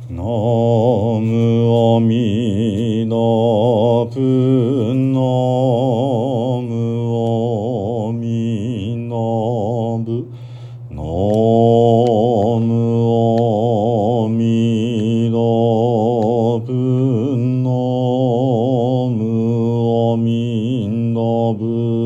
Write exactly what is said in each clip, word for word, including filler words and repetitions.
ナムアミダプナムアミダブナムアミダプナムアミダブ。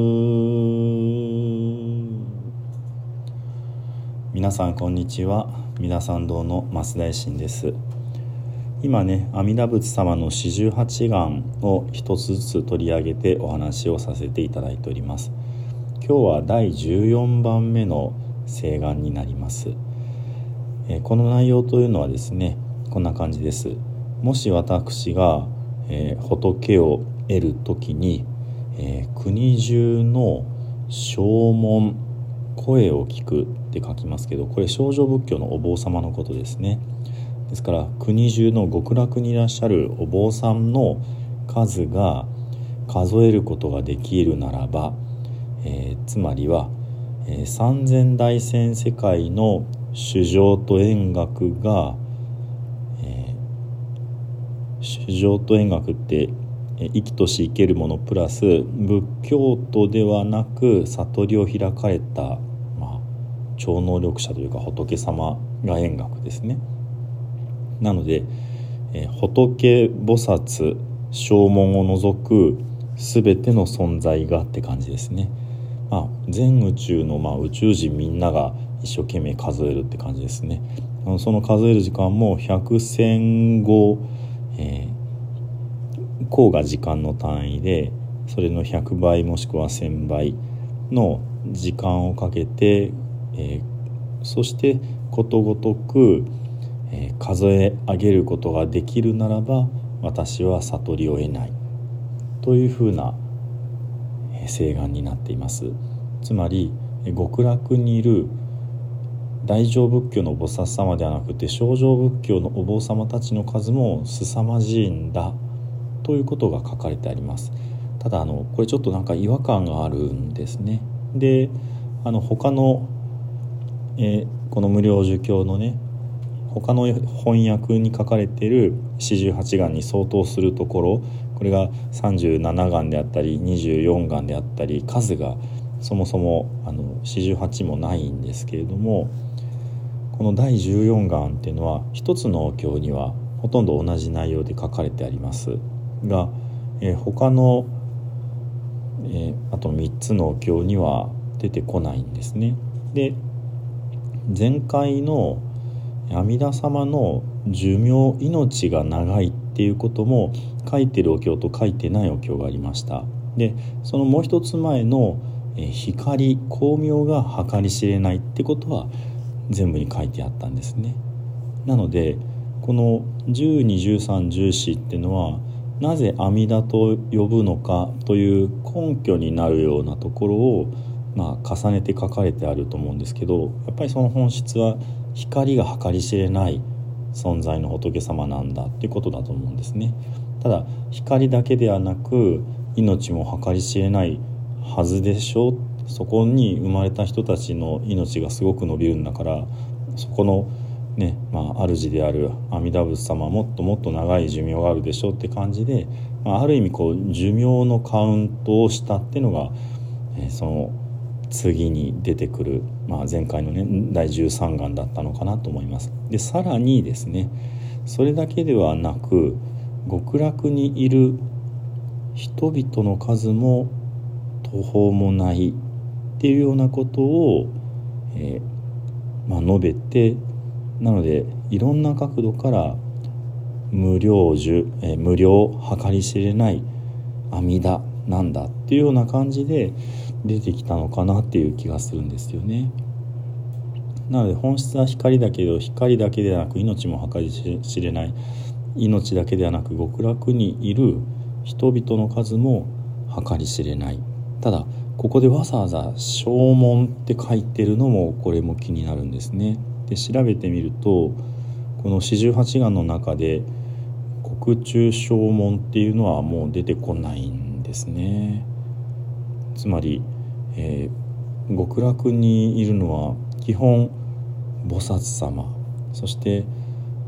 皆さんこんにちは。三田参道の増大臣です。今ね、阿弥陀仏様の四十八願を一つずつ取り上げてお話をさせていただいております。今日はだいじゅうよんばんめの誓願になります。えー、この内容というのはですね、こんな感じです。もし私が、えー、仏を得るときに、えー、国中の声聞、声を聞くって書きますけど、これ少女仏教のお坊様のことですね。ですから国中の極楽にいらっしゃるお坊さんの数が数えることができるならば、えー、つまりは、えー、三千大千世界の衆生と縁覚が、えー、衆生と縁覚って生きとし生けるものプラス仏教徒ではなく悟りを開かれた、まあ、超能力者というか仏様が縁覚ですね。なので、えー、仏菩薩声聞を除く全ての存在がって感じですね。まあ、全宇宙の、まあ、宇宙人みんなが一生懸命数えるって感じですね。あのその数える時間も百千後、えー項が時間の単位で、それのひゃくばいもしくはせんばいの時間をかけて、えー、そしてことごとく、えー、数え上げることができるならば私は悟りを得ないというふうな誓願になっています。つまり極楽にいる大乗仏教の菩薩様ではなくて小乗仏教のお坊様たちの数も凄まじいんだということが書かれてあります。ただあのこれちょっとなんか違和感があるんですね。で、あの他の、えー、この無料儒教のね他の翻訳に書かれている四十八願に相当するところ、これがさんじゅうなな願であったりにじゅうよん願であったり、数がそもそもあの四十八もないんですけれども、このだいじゅうよん願っていうのは一つのお経にはほとんど同じ内容で書かれてありますが、えー、他の、えー、あとみっつのお経には出てこないんですね。で、前回の阿弥陀様の寿命、命が長いっていうことも書いてるお経と書いてないお経がありました。で、そのもう一つ前の、えー、光、光明が計り知れないってことは全部に書いてあったんですね。なのでこのじゅうに、じゅうさん、じゅうよんっていうのはなぜ阿弥陀と呼ぶのかという根拠になるようなところを、まあ、重ねて書かれてあると思うんですけど、やっぱりその本質は光が計り知れない存在の仏様なんだっていうことだと思うんですね。ただ光だけではなく命も計り知れないはずでしょ。そこに生まれた人たちの命がすごく伸びるんだから、そこのね、まあ、主である阿弥陀仏様はもっともっと長い寿命があるでしょうって感じで、まあ、ある意味こう寿命のカウントをしたっていうのが、えー、その次に出てくる、まあ、前回のねだいじゅうさん願だったのかなと思います。でさらにですね、それだけではなく極楽にいる人々の数も途方もないっていうようなことを、えーまあ、述べて、なのでいろんな角度から無量寿、えー、無量計り知れない阿弥陀なんだっていうような感じで出てきたのかなっていう気がするんですよね。なので本質は光だけど、光だけではなく命も計り知れない、命だけではなく極楽にいる人々の数も計り知れない。ただここでわざわざ声聞って書いてるのもこれも気になるんですね。で調べてみるとこの四十八願の中で国中声聞っていうのはもう出てこないんですね。つまり、えー、極楽にいるのは基本菩薩様、そして、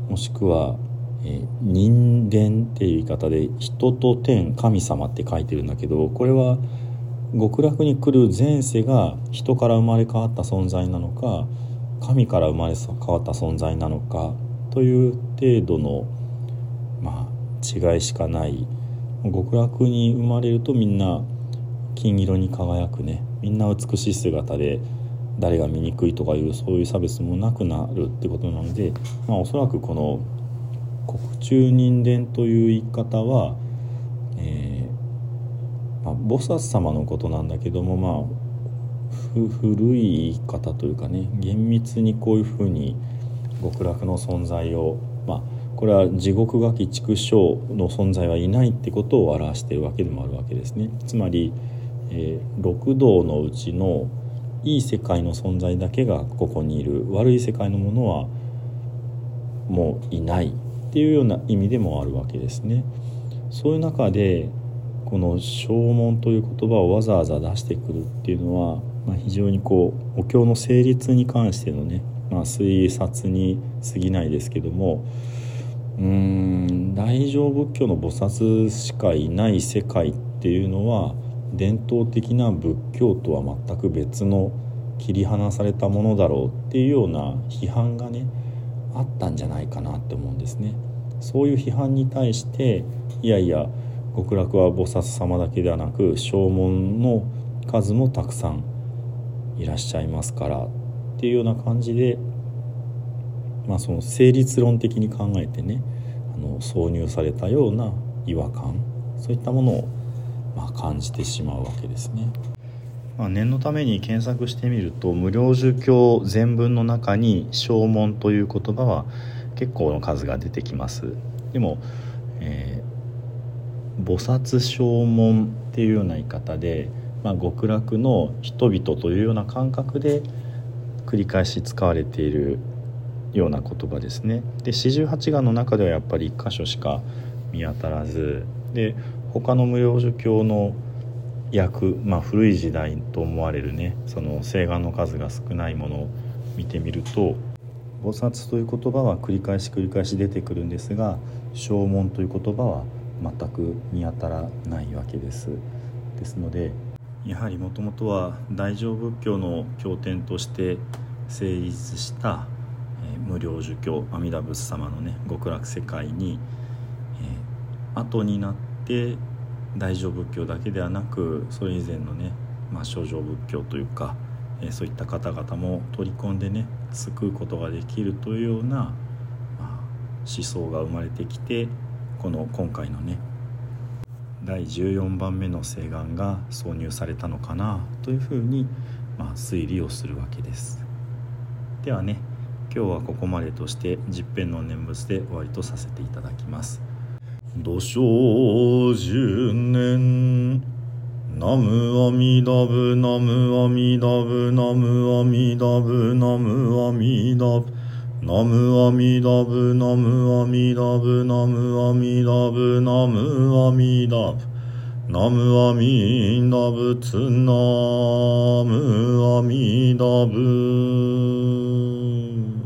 もしくは、えー、人間っていう言い方で人と天神様って書いてるんだけど、これは極楽に来る前世が人から生まれ変わった存在なのか神から生まれ変わった存在なのかという程度の、まあ、違いしかない。極楽に生まれるとみんな金色に輝くね、みんな美しい姿で誰が醜いとかいうそういう差別もなくなるってことなので、まあ、おそらくこの国中人間という言い方は、えーまあ、菩薩様のことなんだけども、まあ、古い言い方というかね、厳密にこういうふうに極楽の存在を、まあ、これは地獄餓鬼畜生の存在はいないってことを表しているわけでもあるわけですね。つまり、えー、六道のうちのいい世界の存在だけがここにいる、悪い世界のものはもういないっていうような意味でもあるわけですね。そういう中でこの正門という言葉をわざわざ出してくるっていうのは、まあ、非常にこうお経の成立に関してのね、まあ、推察に過ぎないですけども、うーん大乗仏教の菩薩しかいない世界っていうのは伝統的な仏教とは全く別の切り離されたものだろうっていうような批判がねあったんじゃないかなって思うんですね。そういう批判に対していやいや極楽は菩薩様だけではなく正門の数もたくさんいらっしゃいますからっていうような感じで、まあ、その成立論的に考えてね、あの挿入されたような違和感、そういったものをまあ感じてしまうわけですね。まあ、念のために検索してみると無量寿経全文の中に正門という言葉は結構の数が出てきます。でも、えー、菩薩正門っていうような言い方で、まあ、極楽の人々というような感覚で繰り返し使われているような言葉ですね。で四十八願の中ではやっぱり一箇所しか見当たらずで、他の無量寿経の訳、まあ、古い時代と思われるねその誓願の数が少ないものを見てみると菩薩という言葉は繰り返し繰り返し出てくるんですが、正門という言葉は全く見当たらないわけです。ですのでやはりもともとは大乗仏教の経典として成立した、えー、無量寿経阿弥陀仏様のね極楽世界に、えー、後になって大乗仏教だけではなくそれ以前のね、まあ、小乗仏教というか、えー、そういった方々も取り込んでね救うことができるというような、まあ、思想が生まれてきて、この今回のねだいじゅうよんばんめの誓願が挿入されたのかなというふうに、まあ、推理をするわけです。ではね、今日はここまでとして十遍の念仏で終わりとさせていただきます。土生十年ナムアミダブナムアミダブナムアミダブナムアミダブナムアミダブナムアミダブナムアミダブナムアミダブナムアミダブツナムアミダブ